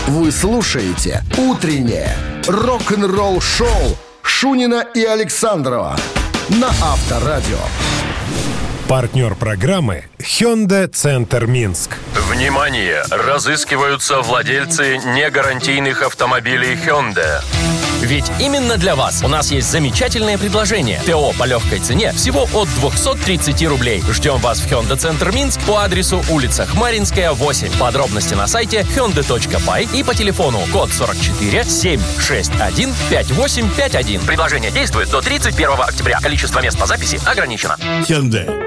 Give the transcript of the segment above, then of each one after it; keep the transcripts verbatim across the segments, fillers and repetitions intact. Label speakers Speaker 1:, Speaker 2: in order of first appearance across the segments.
Speaker 1: Вы слушаете «Утреннее рок-н-ролл-шоу» Шунина и Александрова на Авторадио.
Speaker 2: Партнер программы Hyundai Центр Минск.
Speaker 3: Внимание! Разыскиваются владельцы негарантийных автомобилей Hyundai.
Speaker 4: Ведь именно для вас у нас есть замечательное предложение. ТО по легкой цене всего от двести тридцать рублей. Ждем вас в Hyundai Центр Минск по адресу улица Хмаринская, восемь. Подробности на сайте hyundai точка бай и по телефону код сорок четыре семь шесть один пять восемь пять один. Предложение действует до тридцать первого октября. Количество мест по записи ограничено.
Speaker 2: Hyundai.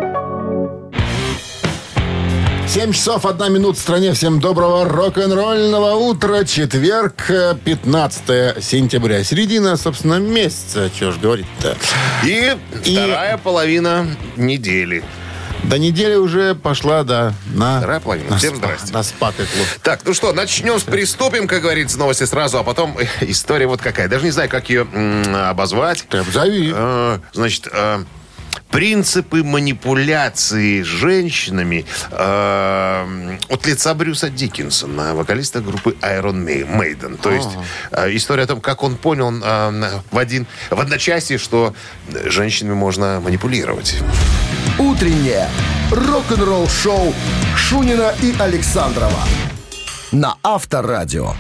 Speaker 5: семь часов одна минута в стране. Всем доброго рок-н-ролльного утра. Четверг, пятнадцатое сентября. Середина, собственно, месяца. Чего ж говорить-то.
Speaker 6: И,
Speaker 5: И
Speaker 6: вторая половина недели.
Speaker 5: до недели уже пошла, да, на...
Speaker 6: Вторая половина.
Speaker 5: На
Speaker 6: Всем
Speaker 5: спа,
Speaker 6: здрасте.
Speaker 5: на спа-петлу.
Speaker 6: Так, ну что, начнем с приступим, как говорится, новости сразу, а потом история вот какая. Даже не знаю, как ее м, обозвать.
Speaker 5: Ты обзови.
Speaker 6: Э, значит... Э, Принципы манипуляции женщинами э, от лица Брюса Диккенсона, вокалиста группы Iron Maiden. То есть э, история о том, как он понял э, в, один, в одночасье, что женщинами можно манипулировать.
Speaker 1: «Утреннее рок-н-ролл-шоу» Шунина и Александрова на Авторадио.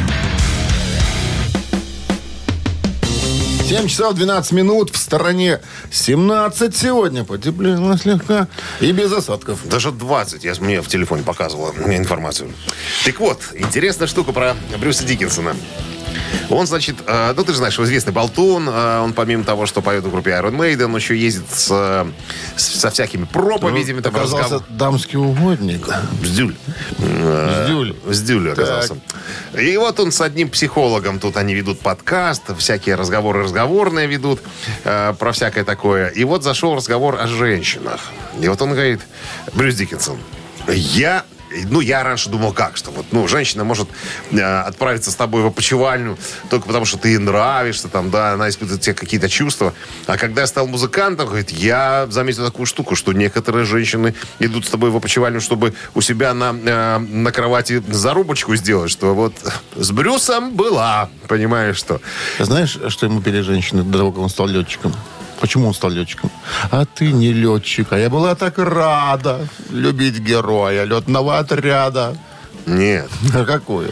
Speaker 5: семь часов двенадцать минут. В стороне семнадцать сегодня. Потеплело слегка. И без осадков.
Speaker 6: Даже двадцать. Я мне в телефоне показывала информацию. Так вот, интересная штука про Брюса Диккенсона. Он, значит, э, ну ты же знаешь, известный болтун. Э, он помимо того, что поет в группе Iron Maiden, он еще ездит с, с, со всякими проповедями.
Speaker 5: Ну, оказался
Speaker 6: разгов...
Speaker 5: дамский угодник.
Speaker 6: Бздюль.
Speaker 5: Бздюль.
Speaker 6: Бздюль оказался. Так. И вот он с одним психологом, тут они ведут подкаст, всякие разговоры разговорные ведут э, про всякое такое. И вот зашел разговор о женщинах. И вот он говорит: Брюс Диккенсон, я... Ну, я раньше думал, как, что вот, ну, женщина может э, отправиться с тобой в опочивальню только потому, что ты ей нравишься, там, да, она испытывает тебе какие-то чувства. А когда я стал музыкантом, говорит, я заметил такую штуку, что некоторые женщины идут с тобой в опочивальню, чтобы у себя на, э, на кровати зарубочку сделать, что вот с Брюсом была, понимаешь, что.
Speaker 5: Знаешь, что ему пели женщины до того, как он стал летчиком? Почему он стал летчиком? А ты не летчик. А я была так рада любить героя летного отряда.
Speaker 6: Нет.
Speaker 5: А какое?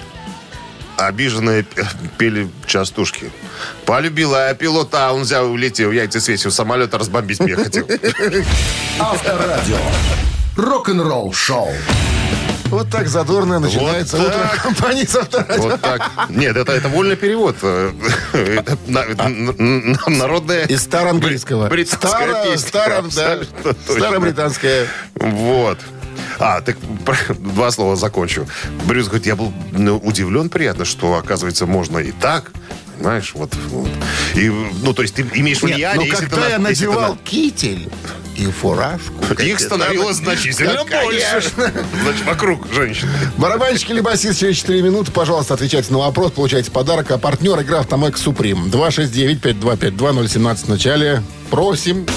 Speaker 6: Обиженные пели частушки. Полюбила я пилота, он взял и улетел. Яйца свесил, самолета разбомбить меня хотел.
Speaker 1: Авторадио. Рок-н-ролл-шоу.
Speaker 5: Вот так задорно начинается
Speaker 6: Вот
Speaker 5: утро
Speaker 6: так.
Speaker 5: компании с Авторадио.
Speaker 6: Вот так. Нет, это, это вольный перевод. Это на- на- на- Народная...
Speaker 5: Из староанглийского.
Speaker 6: Британская
Speaker 5: Старо-
Speaker 6: песня.
Speaker 5: старо- да.
Speaker 6: Абсолютно точно.
Speaker 5: Старобританская.
Speaker 6: Вот. А, так два слова закончу. Брюс говорит, я был ну, удивлен приятно, что, оказывается, можно и так. Знаешь, вот. вот. И, ну, то есть ты имеешь
Speaker 5: Нет,
Speaker 6: влияние,
Speaker 5: но
Speaker 6: если
Speaker 5: когда
Speaker 6: ты...
Speaker 5: я
Speaker 6: на- если ты
Speaker 5: надевал
Speaker 6: на-
Speaker 5: китель и фуражку...
Speaker 6: Их становилось значительно
Speaker 5: Да,
Speaker 6: больше. Значит, вокруг женщин.
Speaker 5: Барабанщик или басист через четыре минуты. Пожалуйста, отвечайте на вопрос. Получайте подарок. А партнер игра «Автомойка Суприм». два шесть девять пять два пять два ноль семнадцать в начале. Просим.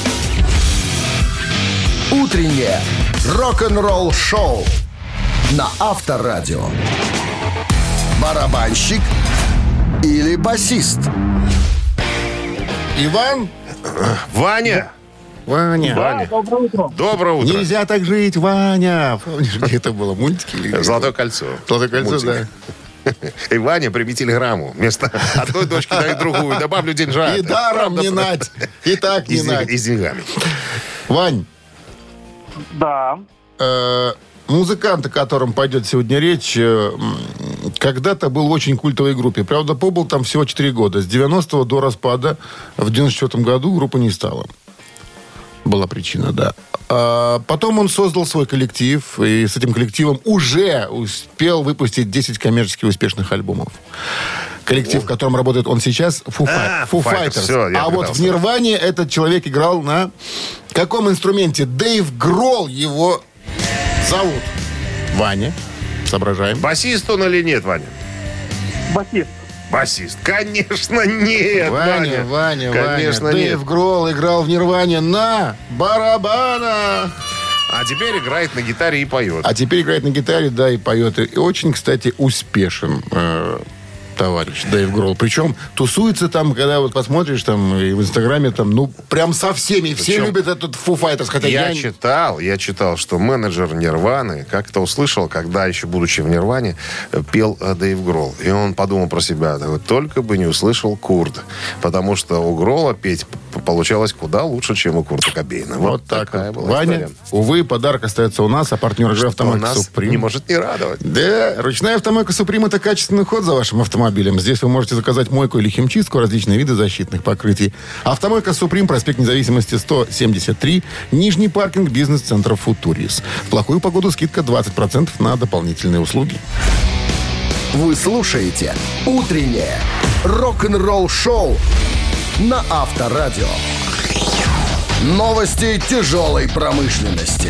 Speaker 1: «Утреннее рок-н-ролл-шоу» на Авторадио. Барабанщик или басист?
Speaker 5: Иван?
Speaker 6: Ваня!
Speaker 5: Ваня.
Speaker 6: Ваня. Доброе утро.
Speaker 5: Нельзя так жить, Ваня. Помнишь, где это было? Мультики? или-
Speaker 6: Золотое кольцо.
Speaker 5: Золотое кольцо,
Speaker 6: Мультик.
Speaker 5: да.
Speaker 6: И Ваня, прими телеграмму. Вместо одной дочки дай другую. Добавлю деньжат.
Speaker 5: И даром не нать. И так
Speaker 6: И
Speaker 5: не
Speaker 6: с деньг-
Speaker 5: нать.
Speaker 6: и с деньгами.
Speaker 5: Вань,
Speaker 7: Да.
Speaker 5: э, музыкант, о котором пойдет сегодня речь, э, м, когда-то был в очень культовой группе. Правда, побыл там всего четыре года. С девяностого до распада в девяносто четвёртом году группа не стала. Была причина, да. А потом он создал свой коллектив, и с этим коллективом уже успел выпустить десять коммерчески успешных альбомов. Коллектив, в котором работает он сейчас, Foo,
Speaker 6: А,
Speaker 5: Fi- Foo
Speaker 6: Foo Fighters.
Speaker 5: Fighters.
Speaker 6: Всё, я
Speaker 5: а вот
Speaker 6: догадался.
Speaker 5: в Нирване этот человек играл на каком инструменте? Дэйв Гролл его зовут. Ваня, соображаем.
Speaker 6: Басист он или нет, Ваня?
Speaker 7: Басист.
Speaker 6: Басист. Конечно, нет,
Speaker 5: Ваня,
Speaker 6: Ваня.
Speaker 5: Ваня,
Speaker 6: Конечно,
Speaker 5: Ваня.
Speaker 6: нет.
Speaker 5: Дэйв Гролл играл в Нирване на барабанах.
Speaker 6: А теперь играет на гитаре и поет.
Speaker 5: А теперь играет на гитаре, да, и поет. И очень, кстати, успешен э, товарищ Дэйв Гролл. Причем тусуется там, когда вот посмотришь там и в Инстаграме, там, ну, прям со всеми. Все
Speaker 6: Причем
Speaker 5: любят этот Foo Fighters. Хотя
Speaker 6: я,
Speaker 5: я
Speaker 6: читал, я читал, что менеджер Нирваны как-то услышал, когда еще будучи в Нирване, пел э, Дэйв Гролл. И он подумал про себя, да, вот только бы не услышал Курт. Потому что у Гролла петь п- получалось куда лучше, чем у Курта Кобейна. Вот,
Speaker 5: Вот так
Speaker 6: такая
Speaker 5: вот.
Speaker 6: была
Speaker 5: Ваня,
Speaker 6: история.
Speaker 5: увы, подарок остается у нас, а партнер игры
Speaker 6: Что
Speaker 5: «Автомойка
Speaker 6: нас
Speaker 5: Суприм».
Speaker 6: не может не радовать.
Speaker 5: Да, ручная «Автомойка Суприм» — это качественный уход за вашим автомобилем. Здесь вы можете заказать мойку или химчистку, различные виды защитных покрытий. «Автомойка Суприм», проспект Независимости, сто семьдесят три, Нижний паркинг бизнес-центра «Футурис». В плохую погоду скидка двадцать процентов на дополнительные услуги.
Speaker 1: Вы слушаете «Утреннее рок-н-ролл-шоу» на Авторадио. Новости тяжелой промышленности.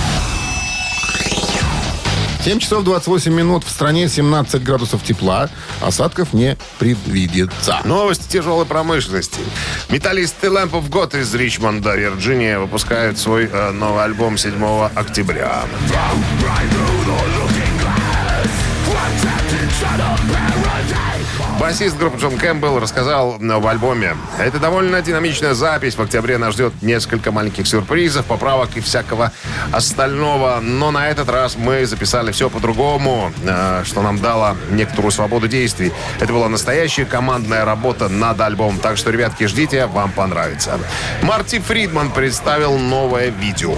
Speaker 5: семь часов двадцать восемь минут. В стране семнадцать градусов тепла. Осадков не предвидится.
Speaker 6: Новости тяжелой промышленности. Металлисты Lamp of God из Ричмонда, Вирджиния, выпускают свой э, новый альбом седьмого октября. Басист группы Джон Кэмпбелл рассказал в альбоме: это довольно динамичная запись. В октябре нас ждет несколько маленьких сюрпризов, поправок и всякого остального. Но на этот раз мы записали все по-другому, что нам дало некоторую свободу действий. Это была настоящая командная работа над альбомом. Так что, ребятки, ждите, вам понравится. Марти Фридман представил новое видео.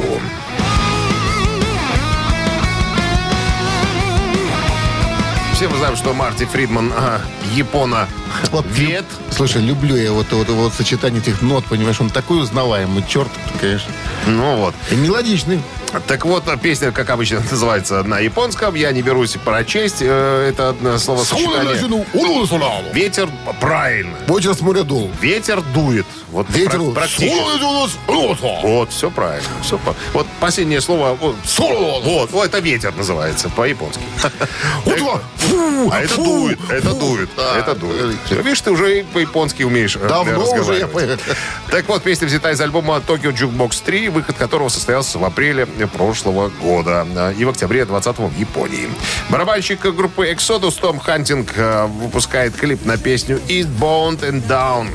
Speaker 6: Все мы знаем, что Марти Фридман а, японо-вед.
Speaker 5: Слушай, люблю я вот, вот, вот сочетание этих нот, понимаешь, он такой узнаваемый, черт, конечно.
Speaker 6: Ну вот.
Speaker 5: И мелодичный.
Speaker 6: Так вот, песня, как обычно, называется на японском. Я не берусь прочесть э, это словосочетание. Ветер, правильно.
Speaker 5: Ветер с моря дул.
Speaker 6: Ветер дует. Вот
Speaker 5: Ветер.
Speaker 6: пра- практически. Вот, все правильно. Все по- вот последнее слово. Вот, вот, вот, это ветер называется по-японски. А это дует, это дует, это дует. Видишь, ты уже и по-японски умеешь э,
Speaker 5: Давно уже я
Speaker 6: разговаривать.
Speaker 5: понял.
Speaker 6: Так вот, песня взята из альбома Tokyo Jukebox три, выход которого состоялся в апреле прошлого года и в октябре двадцатого в Японии. Барабанщик группы Exodus Том Хантинг выпускает клип на песню Eastbound and Down.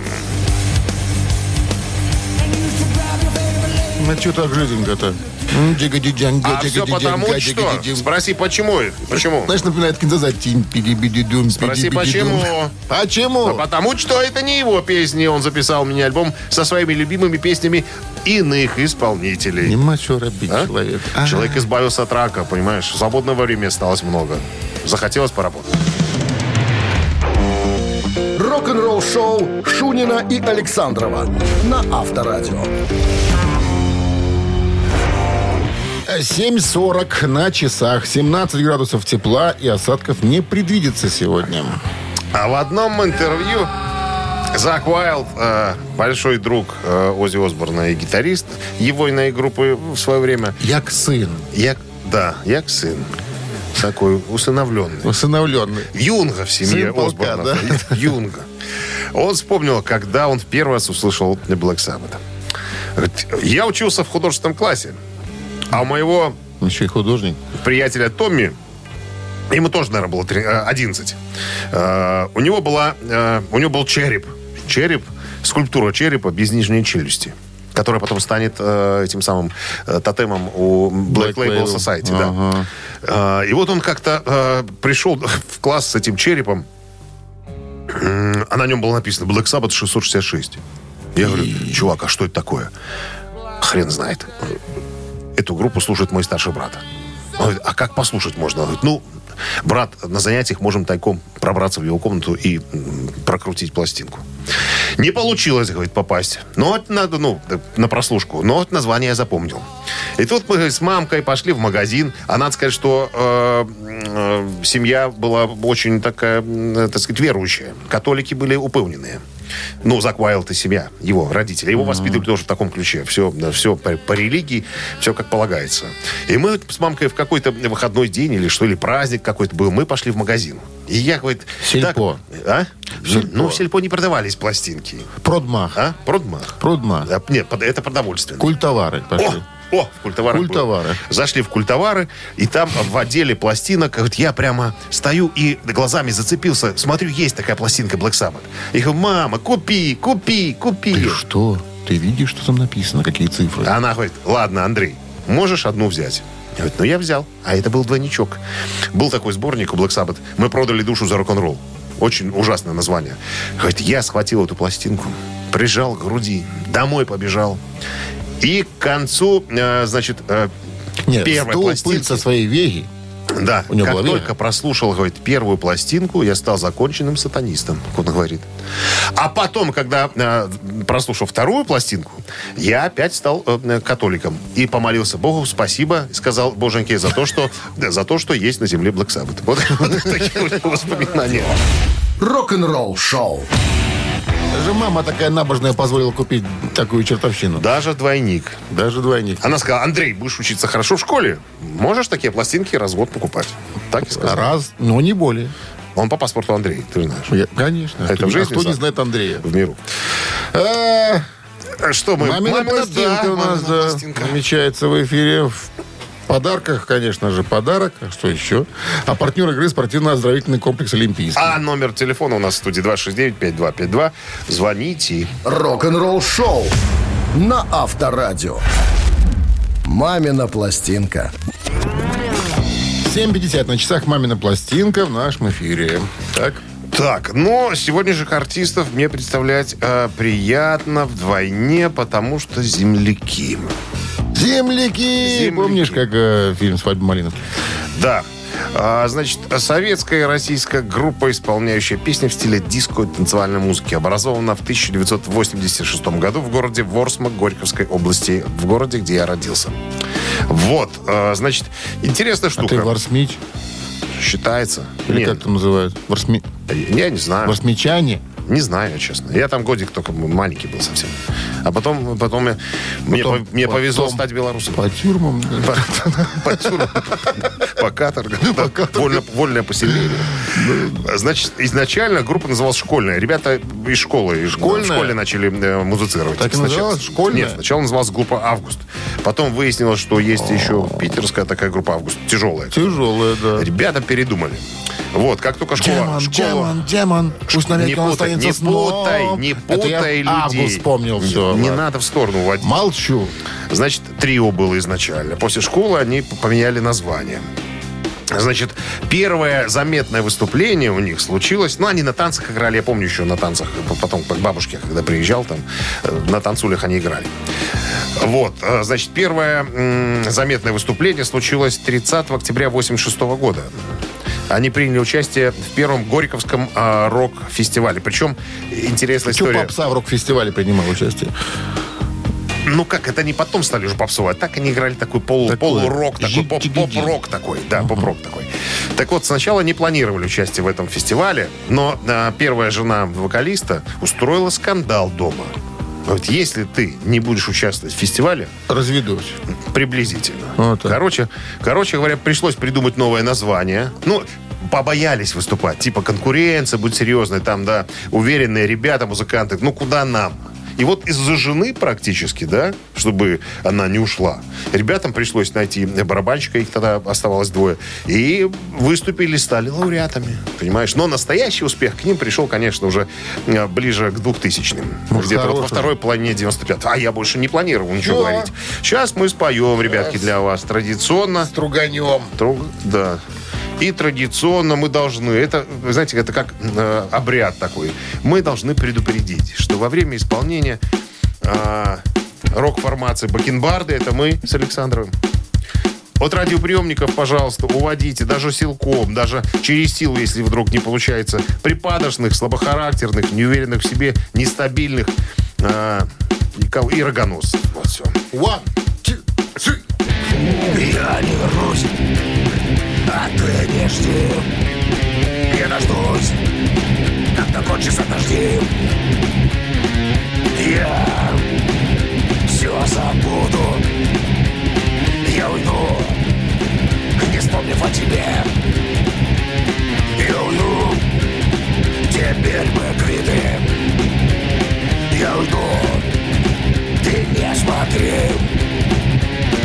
Speaker 5: Ну, что так жиденько-то?
Speaker 6: А все потому что? Спроси, почему? Почему?
Speaker 5: Знаешь, напоминает Кинзаза.
Speaker 6: Спроси, почему?
Speaker 5: Почему?
Speaker 6: А потому что это не его песни. Он записал мини-альбом со своими любимыми песнями иных исполнителей.
Speaker 5: Нема что робить,
Speaker 6: А?
Speaker 5: человек.
Speaker 6: Человек избавился от рака, понимаешь? Свободного времени осталось много. Захотелось поработать.
Speaker 1: Рок-н-ролл-шоу Шунина и Александрова на Авторадио.
Speaker 5: семь сорок на часах. семнадцать градусов тепла и осадков не предвидится сегодня.
Speaker 6: А в одном интервью Зак Уайлд, э, большой друг э, Оззи Осборна и гитарист его иной группы в свое время.
Speaker 5: Як сын.
Speaker 6: Я, да, як сын. Такой усыновленный.
Speaker 5: Усыновленный.
Speaker 6: Юнга в семье
Speaker 5: Сын полка,
Speaker 6: Осборна.
Speaker 5: да?
Speaker 6: Юнга. Он вспомнил, когда он в первый раз услышал Black Sabbath. Говорит, я учился в художественном классе. А у моего
Speaker 5: Еще и художник.
Speaker 6: приятеля Томми, ему тоже, наверное, было три- э, одиннадцать. Э, у него была, э, у него был череп. Череп, скульптура черепа без нижней челюсти, которая потом станет э, этим самым э, тотемом у Black,
Speaker 5: Black
Speaker 6: Label
Speaker 5: Label.
Speaker 6: Society.
Speaker 5: Ага.
Speaker 6: Да. Э, и вот он как-то э, пришел в класс с этим черепом, э, а на нем было написано Black Sabbath шестьсот шестьдесят шесть. Я говорю, чувак, а что это такое? Хрен знает. Эту группу слушает мой старший брат. Он говорит, а как послушать можно? Он говорит, ну, брат, на занятиях можем тайком пробраться в его комнату и м, прокрутить пластинку. Не получилось, говорит, попасть. Но вот надо, ну, на прослушку. Но вот название я запомнил. И тут мы с мамкой пошли в магазин. А надо сказать, что э, э, семья была очень такая, э, так сказать, верующая. Католики были упевненные. Ну, Зак Уайлд и семья, его родители. Его воспитывали тоже в таком ключе. Все, все по, по религии, все как полагается. И мы с мамкой в какой-то выходной день или что, или праздник какой-то был, мы пошли в магазин. И я, говорит...
Speaker 5: Сельпо.
Speaker 6: Так, а?
Speaker 5: Сельпо.
Speaker 6: Ну, в Сельпо не продавались пластинки.
Speaker 5: Продмах.
Speaker 6: А? Продмах.
Speaker 5: Продмах.
Speaker 6: А, нет, под- это продовольствие.
Speaker 5: Культовары пошли.
Speaker 6: О, О, в культоварах было.
Speaker 5: Культовары.
Speaker 6: Зашли в культовары, и там в отделе пластинок, вот я прямо стою и глазами зацепился. Смотрю, есть такая пластинка Black Sabbath. И говорю, мама, купи, купи, купи.
Speaker 5: Ты что? Ты видишь, что там написано, какие цифры?
Speaker 6: Она говорит, ладно, Андрей, можешь одну взять? Я говорю, ну я взял. А это был двойничок. Был такой сборник у Black Sabbath. Мы продали душу за рок-н-ролл. Очень ужасное название. Говорит, я схватил эту пластинку, прижал к груди, домой побежал. И к концу, э, значит, э,
Speaker 5: Нет,
Speaker 6: первой
Speaker 5: сдул
Speaker 6: пластинки...
Speaker 5: пыль со своей веги.
Speaker 6: Да,
Speaker 5: У него
Speaker 6: как
Speaker 5: была
Speaker 6: только
Speaker 5: вега.
Speaker 6: прослушал, говорит, первую пластинку, я стал законченным сатанистом, как он говорит. А потом, когда э, прослушал вторую пластинку, я опять стал э, католиком. И помолился Богу, спасибо, сказал Боженьке, за то, что, за то, что есть на земле Black Sabbath. Вот, вот такие у него воспоминания.
Speaker 1: Рок-н-ролл шоу.
Speaker 5: Даже мама такая набожная позволила купить такую чертовщину.
Speaker 6: Даже двойник.
Speaker 5: Даже двойник.
Speaker 6: Она сказала, Андрей, будешь учиться хорошо в школе? Можешь такие пластинки раз в год покупать? Так и сказал.
Speaker 5: Раз, но не более.
Speaker 6: Он по паспорту Андрей, ты же знаешь.
Speaker 5: Я- конечно.
Speaker 6: Это
Speaker 5: Кто-
Speaker 6: в жизни,
Speaker 5: а кто не
Speaker 6: Саш?
Speaker 5: знает Андрея?
Speaker 6: В миру.
Speaker 5: Э,
Speaker 6: Что мы?
Speaker 5: Мамина
Speaker 6: Мамина,
Speaker 5: пластинка
Speaker 6: да,
Speaker 5: у нас,
Speaker 6: мамина
Speaker 5: да,
Speaker 6: пластинка.
Speaker 5: намечается в эфире. В подарках, конечно же, подарок. А что еще? А партнер игры спортивно-оздоровительный комплекс «Олимпийский».
Speaker 6: А номер телефона у нас в студии два шесть девять пять два пять два. Звоните.
Speaker 1: Рок-н-ролл шоу на Авторадио. «Мамина пластинка».
Speaker 5: семь пятьдесят на часах «Мамина пластинка» в нашем эфире. Так.
Speaker 6: Так, но сегодняшних артистов мне представлять э, приятно вдвойне, потому что земляки.
Speaker 5: Земляки!
Speaker 6: Земляки.
Speaker 5: Помнишь, как э, фильм «Свадьба Малиновки»?
Speaker 6: Да. А, значит, советская и российская группа, исполняющая песни в стиле диско и танцевальной музыки, образована в тысяча девятьсот восемьдесят шестом году в городе Ворсма Горьковской области, в городе, где я родился. Вот, а, значит, интересная
Speaker 5: А
Speaker 6: штука.
Speaker 5: ты Ворсмич?
Speaker 6: Считается.
Speaker 5: Или
Speaker 6: Нет,
Speaker 5: как там называют? Ворсми...
Speaker 6: я не знаю.
Speaker 5: Ворсмичане?
Speaker 6: Не знаю, честно. Я там годик только маленький был совсем. А потом, потом я- мне,
Speaker 5: Потом-
Speaker 6: по- мне повезло
Speaker 5: потом
Speaker 6: стать белорусом.
Speaker 5: По тюрьмам? да.
Speaker 6: По, по тюрьмам, по каторгам. Да, вольно- вольное поселение. Значит, изначально группа называлась «Школьная». Ребята из школы.
Speaker 5: Школьная?
Speaker 6: В школе начали э, музицировать.
Speaker 5: Так и
Speaker 6: Сначала-
Speaker 5: называлась «Школьная»?
Speaker 6: Нет, сначала называлась группа «Август». Потом выяснилось, что есть еще питерская такая группа «Август». Тяжелая.
Speaker 5: Тяжелая, да.
Speaker 6: Ребята передумали. Вот, как только школа...
Speaker 5: Демон,
Speaker 6: школа
Speaker 5: демон, демон. Пусть навеки
Speaker 6: не
Speaker 5: он
Speaker 6: путай,
Speaker 5: останется
Speaker 6: не
Speaker 5: сном.
Speaker 6: путай, не
Speaker 5: Это я
Speaker 6: путай людей.
Speaker 5: Август вспомнил
Speaker 6: Не-
Speaker 5: все.
Speaker 6: Не надо в сторону уводить.
Speaker 5: Молчу.
Speaker 6: Значит, трио было изначально. После школы они поменяли название. Значит, первое заметное выступление у них случилось. Ну, они на танцах играли, я помню еще на танцах. Потом к бабушке, когда приезжал, там э, на танцулях они играли. Вот, э, значит, первое м, заметное выступление случилось тридцатого октября восемьдесят шестого года. Они приняли участие в первом Горьковском э, рок-фестивале. Причем интересная
Speaker 5: Чего
Speaker 6: история.
Speaker 5: попса в рок-фестивале принимал участие?
Speaker 6: Ну как, это они потом стали уже попсовать. Так они играли такой полу,
Speaker 5: Такое.
Speaker 6: полурок, такой поп-
Speaker 5: Жиг-джиги-ди.
Speaker 6: поп-рок такой. Да, поп-рок такой. Так вот, сначала не планировали участие в этом фестивале, но а, первая жена вокалиста устроила скандал дома. Вот если ты не будешь участвовать в фестивале,
Speaker 5: Разведусь.
Speaker 6: приблизительно.
Speaker 5: Вот так.
Speaker 6: Короче, короче говоря, пришлось придумать новое название. Ну, побоялись выступать. Типа конкуренция будет серьезная, там, да, уверенные ребята, музыканты. Ну, куда нам? И вот из-за жены практически, да, чтобы она не ушла, ребятам пришлось найти барабанщика, их тогда оставалось двое, и выступили, стали лауреатами, понимаешь? Но настоящий успех к ним пришел, конечно, уже э, ближе к двухтысячным.
Speaker 5: Ну,
Speaker 6: Где-то вот во
Speaker 5: хороший.
Speaker 6: второй половине девяносто пятого. А я больше не планировал ничего
Speaker 5: Да.
Speaker 6: говорить. Сейчас мы споем, ребятки, для вас традиционно.
Speaker 5: Струганем.
Speaker 6: Тру- Да. И традиционно мы должны, это, вы знаете, это как э, обряд такой, мы должны предупредить, что во время исполнения э, рок-формации «Бакенбарды», это мы с Александровым, от радиоприемников, пожалуйста, уводите, даже силком, даже через силу, если вдруг не получается, припадочных, слабохарактерных, неуверенных в себе, нестабильных э, и, кого- и рогоносцев. Вот все.
Speaker 5: One, two, three.
Speaker 8: Я не вернусь, а ты не жди. Я дождусь, когда кончатся дожди. Я все забуду. Я уйду, не вспомнив о тебе. Я уйду, теперь мы квиты. Я уйду, ты не смотри.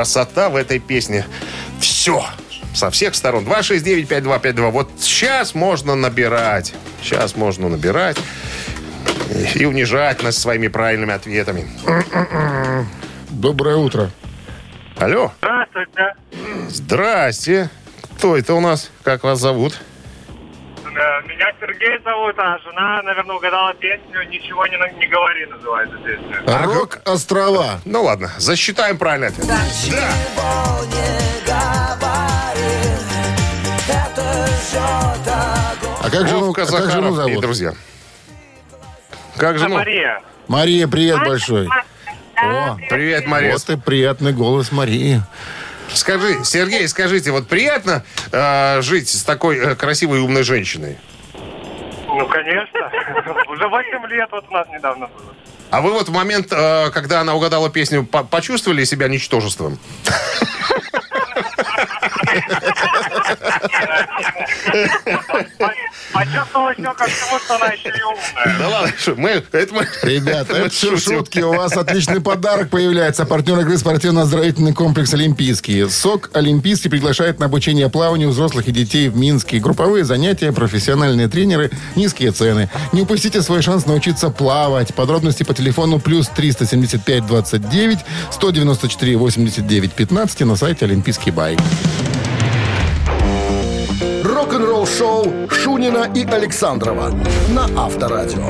Speaker 6: красота в этой песне. Все. Со всех сторон. два шесть девять пять два пять два. Вот сейчас можно набирать. Сейчас можно набирать. И унижать нас своими правильными ответами.
Speaker 5: Доброе утро.
Speaker 6: Алло.
Speaker 7: Здравствуйте.
Speaker 6: Здрасте. Кто это у нас? Как вас зовут?
Speaker 7: Меня Сергей зовут, а жена, наверное, угадала песню «Ничего не, не говори» называется песня.
Speaker 5: Рок-острова.
Speaker 6: Ну ладно, засчитаем правильный ответ. Да.
Speaker 5: А как жену,
Speaker 6: Вовка
Speaker 5: а как жену
Speaker 6: Захаров и
Speaker 5: зовут?
Speaker 6: друзья. Как
Speaker 7: А
Speaker 6: жену?
Speaker 7: Мария.
Speaker 5: Мария, привет большой.
Speaker 6: О, привет, Мария.
Speaker 5: Вот и приятный голос Марии.
Speaker 6: Скажи, Сергей, скажите, вот приятно э, жить с такой э, красивой и умной женщиной?
Speaker 7: Ну, конечно. Уже восемь лет вот у нас недавно было.
Speaker 6: А вы вот в момент, э, когда она угадала песню, по- почувствовали себя ничтожеством?
Speaker 7: Почувствовал еще как всему, что она еще и умная.
Speaker 6: Да ладно, что, мы... Это мы
Speaker 5: Ребят,
Speaker 6: мы
Speaker 5: это все
Speaker 6: шутим.
Speaker 5: шутки. У вас отличный подарок появляется. Партнер игры спортивно-оздоровительный комплекс «Олимпийский». СОК «Олимпийский» приглашает на обучение плаванию взрослых и детей в Минске. Групповые занятия, профессиональные тренеры, низкие цены. Не упустите свой шанс научиться плавать. Подробности по телефону плюс триста семьдесят пять двадцать девять сто девяносто четыре восемьдесят девять пятнадцать на сайте «Олимпийский бай».
Speaker 1: Рок-н-ролл-шоу Шунина и Александрова на Авторадио.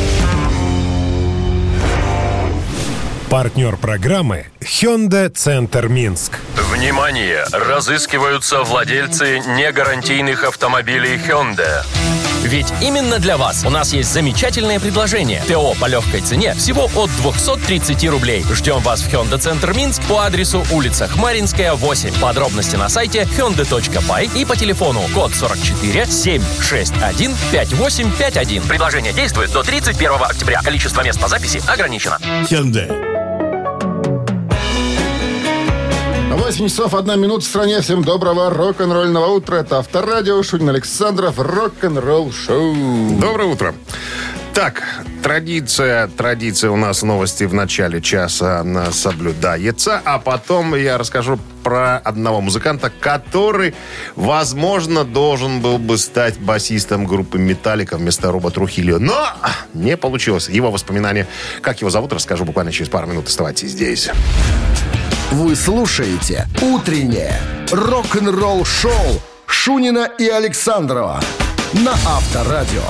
Speaker 2: Партнер программы Hyundai Центр Минск.
Speaker 3: Внимание! Разыскиваются владельцы негарантийных автомобилей Hyundai.
Speaker 4: Ведь именно для вас у нас есть замечательное предложение. ТО по легкой цене всего от двести тридцать рублей. Ждем вас в Hyundai Центр Минск по адресу улица Хмаринская, восемь. Подробности на сайте hyundai точка бай и по телефону код сорок четыре семь шесть один пять восемь пять один. Предложение действует до тридцать первого октября. Количество мест по записи ограничено.
Speaker 2: Hyundai.
Speaker 5: восемь часов одна минута в стране. Всем доброго рок-н-ролльного утра. Это Авторадио, Шунин Александров, рок-н-ролл шоу.
Speaker 6: Доброе утро. Так, традиция, традиция у нас новости в начале часа соблюдается, а потом я расскажу про одного музыканта, который, возможно, должен был бы стать басистом группы «Металлика» вместо Роба Трухильо, но не получилось. Его воспоминания, как его зовут, расскажу буквально через пару минут. Оставайтесь здесь.
Speaker 1: Вы слушаете «Утреннее рок-н-ролл-шоу» Шунина и Александрова на Авторадио.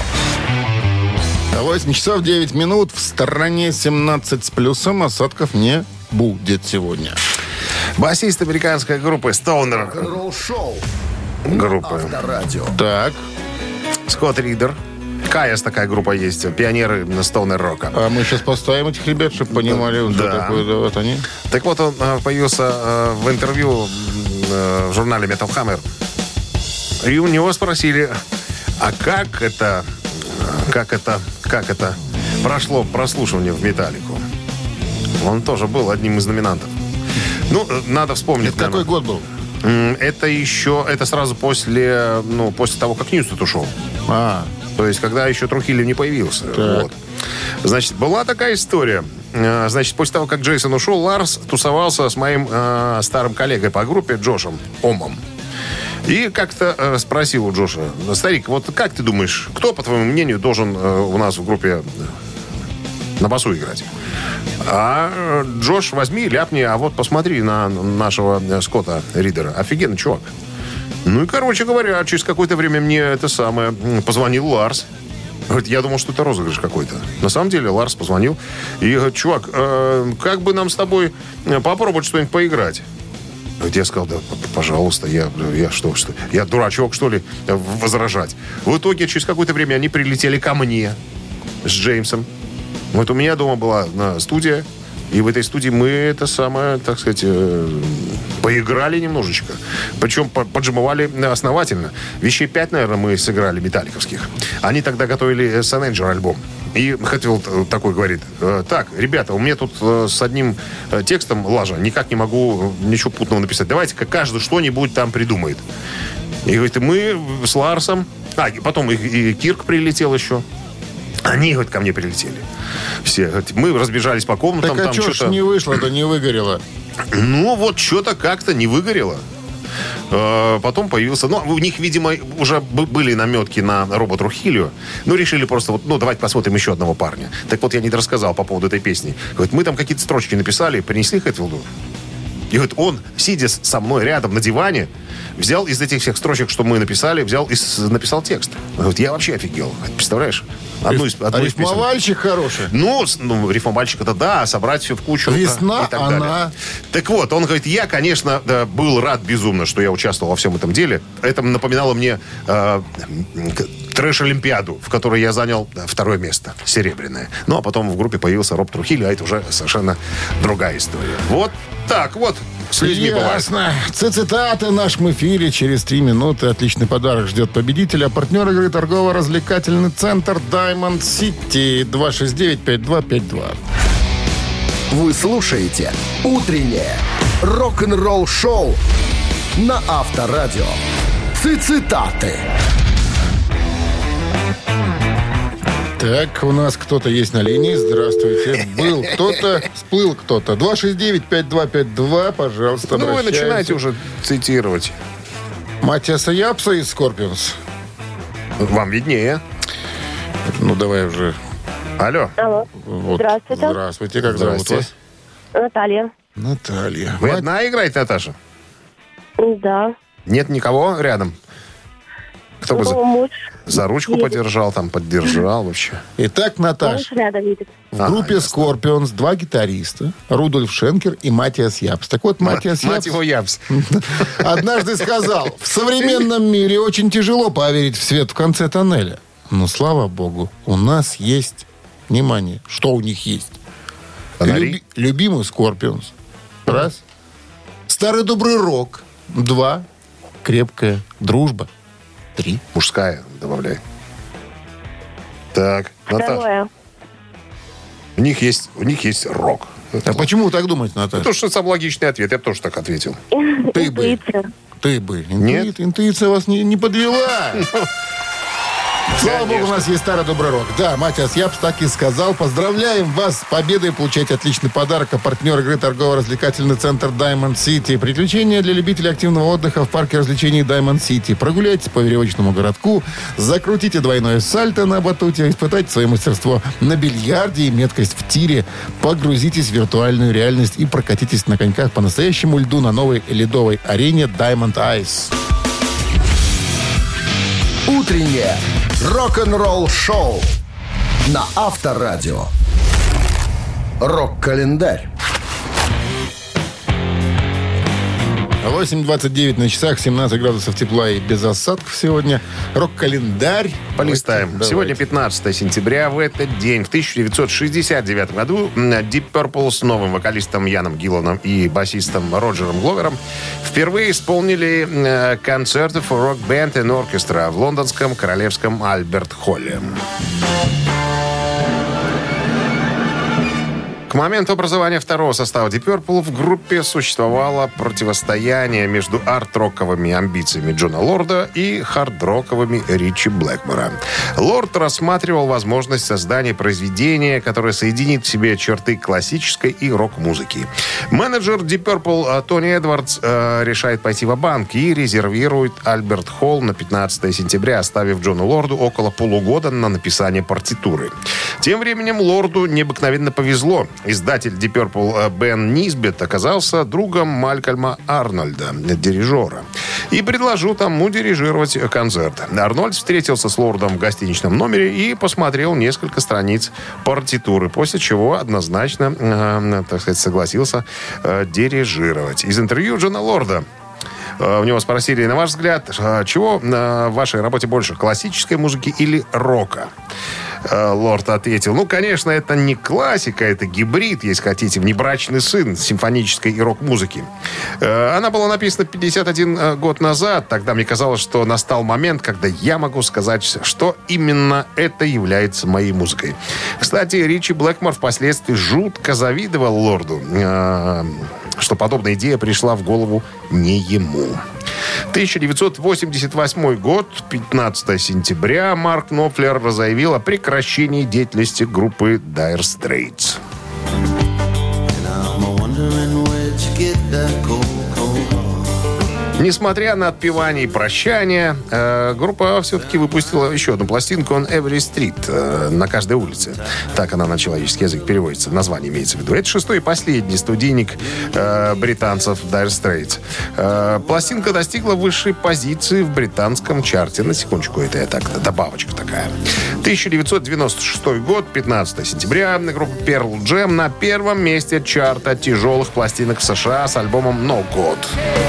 Speaker 5: восемь часов девять минут. В стороне семнадцать с плюсом. Осадков не будет сегодня.
Speaker 6: Басист американской группы Stoner
Speaker 1: Рок-н-ролл-шоу
Speaker 6: группы.
Speaker 1: Авторадио.
Speaker 5: Так,
Speaker 6: Скотт Ридер. Каяс такая группа есть, пионеры Stoner рока.
Speaker 5: а мы сейчас поставим этих ребят, чтобы понимали, что
Speaker 6: Да.
Speaker 5: такое. Да, вот они.
Speaker 6: Так вот, он э, появился э, в интервью э, в журнале Metal Hammer. И у него спросили, а как это, э, как это, как это прошло прослушивание в «Металлику»? Он тоже был одним из номинантов. Ну, э, надо вспомнить.
Speaker 5: Это какой
Speaker 6: наверное.
Speaker 5: год был?
Speaker 6: М, Это еще, это сразу после, ну, после того, как Ньюстед ушел.
Speaker 5: А,
Speaker 6: То есть, когда еще Трухильо не появился. Вот. Значит, была такая история. Э, Значит, после того, как Джейсон ушел, Ларс тусовался с моим э, старым коллегой по группе Джошем Омом. И как-то э, спросил у Джоша: старик, вот как ты думаешь, кто, по твоему мнению, должен э, у нас в группе на басу играть? А э, Джош, возьми, ляпни, а вот посмотри на нашего э, Скотта Ридера. Офигенный чувак. Ну и, короче говоря, через какое-то время мне это самое позвонил Ларс. Говорит, я думал, что это розыгрыш какой-то. На самом деле Ларс позвонил и говорит: чувак, э, как бы нам с тобой попробовать что-нибудь поиграть? Говорит, я сказал, да, пожалуйста, я, я что, что, я дурачок, что ли, возражать. В итоге через какое-то время они прилетели ко мне с Джеймсом. Вот у меня дома была студия, и в этой студии мы это самое, так сказать, э, поиграли немножечко. Причем поджимовали основательно. Вещей пять, наверное, мы сыграли металликовских. Они тогда готовили Сан-Энджер альбом. И Хэтфилд такой говорит: так, ребята, у меня тут с одним текстом лажа, никак не могу ничего путного написать. Давайте-ка каждый что-нибудь там придумает. И говорит, мы с Ларсом... А, потом и, и Кирк прилетел еще. Они, говорит, ко мне прилетели. Все. Мы разбежались по комнатам.
Speaker 5: так а
Speaker 6: там
Speaker 5: что ж
Speaker 6: что-то...
Speaker 5: не вышло, да не выгорело?
Speaker 6: Ну, вот что-то как-то не выгорело. Потом появился... Ну, у них, видимо, уже были наметки на Роба Трухилио. Ну, решили просто... Вот, ну, давайте посмотрим еще одного парня. Так вот, я не рассказал по поводу этой песни. Говорит, мы там какие-то строчки написали, принесли Хэтфилду. И вот он, сидя со мной рядом на диване, взял из этих всех строчек, что мы написали, взял и с- написал текст. Вот я вообще офигел. Представляешь? Одну из, одну
Speaker 5: А
Speaker 6: из песен.
Speaker 5: рифмовальщик хороший.
Speaker 6: Ну, с- ну, рифмовальщик это да, а собрать все в кучу.
Speaker 5: Весна,
Speaker 6: и так
Speaker 5: она.
Speaker 6: далее. Так вот, он говорит, я, конечно, да, был рад безумно, что я участвовал во всем этом деле. Это напоминало мне э, трэш-олимпиаду, в которой я занял да, второе место, серебряное. Ну, а потом в группе появился Роб Трухилио, а это уже совершенно другая история. Вот так вот. С людьми бывает.
Speaker 5: Ясно. Цитаты в нашем эфире через три минуты. Отличный подарок ждет победителя. Партнер игры торгово-развлекательный центр Diamond City. два шесть девять пять два пять два.
Speaker 1: Вы слушаете «Утреннее рок-н-ролл-шоу» на Авторадио. Цитаты.
Speaker 5: Так, у нас кто-то есть на линии. Здравствуйте. Был кто-то, всплыл кто-то. два шесть девять пять два пять два, пожалуйста,
Speaker 6: Ну, вы
Speaker 5: обращайтесь.
Speaker 6: начинаете уже цитировать.
Speaker 5: Матиаса Япса из Скорпионс.
Speaker 6: Вам виднее.
Speaker 5: Ну, давай уже.
Speaker 6: Алло.
Speaker 9: Алло.
Speaker 5: Вот.
Speaker 9: Здравствуйте.
Speaker 5: Здравствуйте. Как зовут
Speaker 6: Здрасте.
Speaker 5: вас?
Speaker 9: Наталья.
Speaker 5: Наталья.
Speaker 6: Вы
Speaker 5: Мать-
Speaker 6: одна играете, Наташа?
Speaker 9: Да.
Speaker 6: Нет никого рядом? Кто бы
Speaker 9: Ну,
Speaker 6: за,
Speaker 9: муж,
Speaker 6: за ручку
Speaker 9: едет.
Speaker 6: подержал, там, поддержал вообще?
Speaker 5: Итак,
Speaker 9: муж
Speaker 5: Наташ,
Speaker 9: рядом едет.
Speaker 5: в
Speaker 6: А,
Speaker 5: группе
Speaker 6: ясно.
Speaker 5: Скорпионс два гитариста. Рудольф Шенкер и Матиас Япс. Так вот, Матиас
Speaker 6: Мать
Speaker 5: Япс
Speaker 6: его Япс.
Speaker 5: однажды сказал, в современном мире очень тяжело поверить в свет в конце тоннеля. Но, слава богу, у нас есть... Внимание, что у них есть?
Speaker 6: Фонари?
Speaker 5: Люби- любимый Скорпионс. Раз. Старый добрый рок. Два. Крепкая дружба. Три.
Speaker 6: Мужская, добавляй. Так, Наташа.
Speaker 9: Второе.
Speaker 6: У них есть, у них есть рок.
Speaker 5: А почему вы так думаете, Наташа?
Speaker 6: Это что самый логичный ответ. Я бы тоже так ответил.
Speaker 5: Ты бы.
Speaker 9: Интуиция.
Speaker 5: Ты бы.
Speaker 6: Нет?
Speaker 5: Интуи- Интуиция вас не, не подвела. Слава богу, у нас есть старый добрый рок. Да, Матиас Япс так и сказал. Поздравляем вас с победой. Получайте отличный подарок. А партнер игры торгово-развлекательный центр Diamond City. Приключения для любителей активного отдыха в парке развлечений Diamond City. Прогуляйтесь по веревочному городку, закрутите двойное сальто на батуте, испытайте свое мастерство на бильярде и меткость в тире. Погрузитесь в виртуальную реальность и прокатитесь на коньках по настоящему льду на новой ледовой арене Diamond Ice.
Speaker 1: Утреннее рок-н-ролл-шоу на Авторадио. Рок-календарь.
Speaker 5: восемь двадцать девять на часах, семнадцать градусов тепла и без осадков сегодня. Рок-календарь.
Speaker 6: Полистаем.
Speaker 5: Давайте,
Speaker 6: Сегодня
Speaker 5: давайте.
Speaker 6: пятнадцатое сентября. В этот день, в тысяча девятьсот шестьдесят девятом году, Deep Purple с новым вокалистом Яном Гилланом и басистом Роджером Гловером впервые исполнили э, концерт for Rock Band and Orchestra в лондонском королевском Альберт-Холле. К моменту образования второго состава Deep Purple в группе существовало противостояние между арт-роковыми амбициями Джона Лорда и хард-роковыми Ричи Блэкмора. Лорд рассматривал возможность создания произведения, которое соединит в себе черты классической и рок-музыки. Менеджер Deep Purple Тони Эдвардс э, решает пойти ва-банк и резервирует Альберт Холл на пятнадцатое сентября, оставив Джону Лорду около полугода на написание партитуры. Тем временем Лорду необыкновенно повезло. Издатель Deep Purple Бен Нисбет оказался другом Малькольма Арнольда, дирижера, и предложил тому дирижировать концерт. Арнольд встретился с Лордом в гостиничном номере и посмотрел несколько страниц партитуры, после чего однозначно, э, так сказать, согласился э, дирижировать. Из интервью Джона Лорда у него спросили, на ваш взгляд, чего в вашей работе больше, классической музыки или рока? Лорд ответил, ну, конечно, это не классика, это гибрид, если хотите, внебрачный сын симфонической и рок-музыки. Она была написана пятьдесят один год назад. Тогда мне казалось, что настал момент, когда я могу сказать, что именно это является моей музыкой. Кстати, Ричи Блэкмор впоследствии жутко завидовал Лорду, что подобная идея пришла в голову не ему. тысяча девятьсот восемьдесят восьмой год, пятнадцатое сентября, Марк Knopfler заявил о прекращении деятельности группы Dire Straits.
Speaker 8: I'm wondering where'd you get
Speaker 6: Несмотря на отпевание и прощание, э, группа все-таки выпустила еще одну пластинку on Every Street, э, на каждой улице. Так она на человеческий язык переводится. Название имеется в виду. Это шестой и последний студийник э, британцев Dire Straits. Э, пластинка достигла высшей позиции в британском чарте. На секундочку, это я так, добавочка такая. тысяча девятьсот девяносто шестой год, пятнадцатого сентября, группа Pearl Jam на первом месте чарта тяжелых пластинок в США с альбомом No God.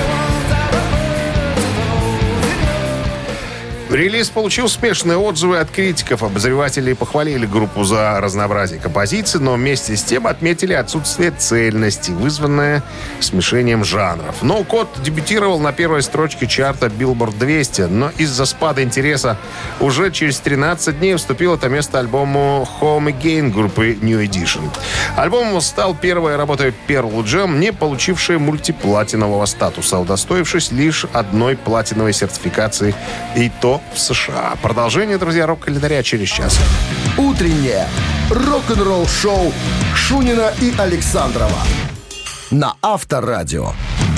Speaker 6: Релиз получил смешанные отзывы от критиков. Обозреватели похвалили группу за разнообразие композиций, но вместе с тем отметили отсутствие цельности, вызванное смешением жанров. No Code дебютировал на первой строчке чарта Billboard двести, но из-за спада интереса уже через тринадцать дней уступил это место альбому Home Again группы New Edition. Альбом стал первой работой Pearl Jam, не получившей мультиплатинового статуса, удостоившись лишь одной платиновой сертификации, и то в США. Продолжение, друзья, рок-календаря через час.
Speaker 1: Утреннее рок-н-ролл-шоу Шунина и Александрова на Авторадио.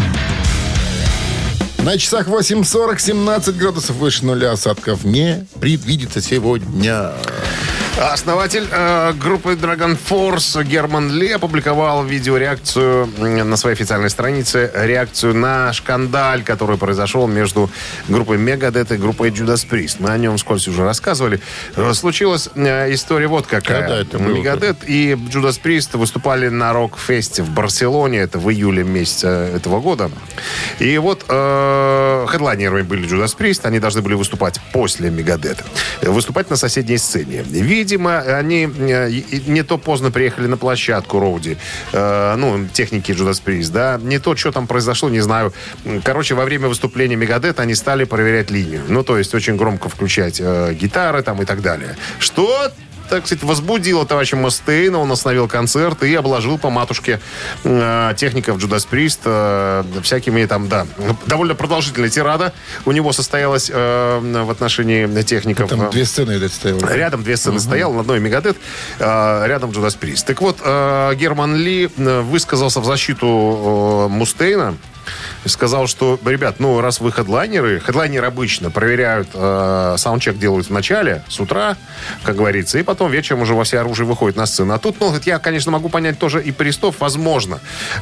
Speaker 5: На часах восемь сорок, семнадцать градусов выше нуля, осадков не предвидится сегодня.
Speaker 6: Основатель э, группы Dragon Force Герман Ли опубликовал видеореакцию на своей официальной странице, реакцию на шкандаль, который произошел между группой Megadeth и группой Judas Priest. Мы о нем вскользь уже рассказывали. Случилась э, история вот какая. Megadeth и Judas Priest выступали на рок-фесте в Барселоне, это в июле месяце этого года. И вот э, хедлайнерами были Judas Priest, они должны были выступать после Megadeth, выступать на соседней сцене. Видимо, они не то поздно приехали на площадку Роуди, э, ну, техники Judas Priest, да, не то, что там произошло, не знаю. Короче, во время выступления Megadeth они стали проверять линию. Ну, то есть очень громко включать э, гитары там и так далее. Что... так сказать, возбудило товарища Мустейна. Он остановил концерт и обложил по матушке э, техников Judas Priest э, всякими там, да, довольно продолжительная тирада у него состоялась э, в отношении техников.
Speaker 5: Там две сцены, это стояло.
Speaker 6: Рядом две сцены uh-huh. стояло, на одной Megadeth, э, рядом Judas Priest. Так вот, э, Герман Ли высказался в защиту э, Мустейна. Сказал, что, ребят, ну, раз вы хедлайнеры, хедлайнеры обычно проверяют, э, саундчек делают в начале, с утра, как говорится, и потом вечером уже во всеоружии выходит на сцену. А тут, ну, я, конечно, могу понять тоже и Престов, возможно.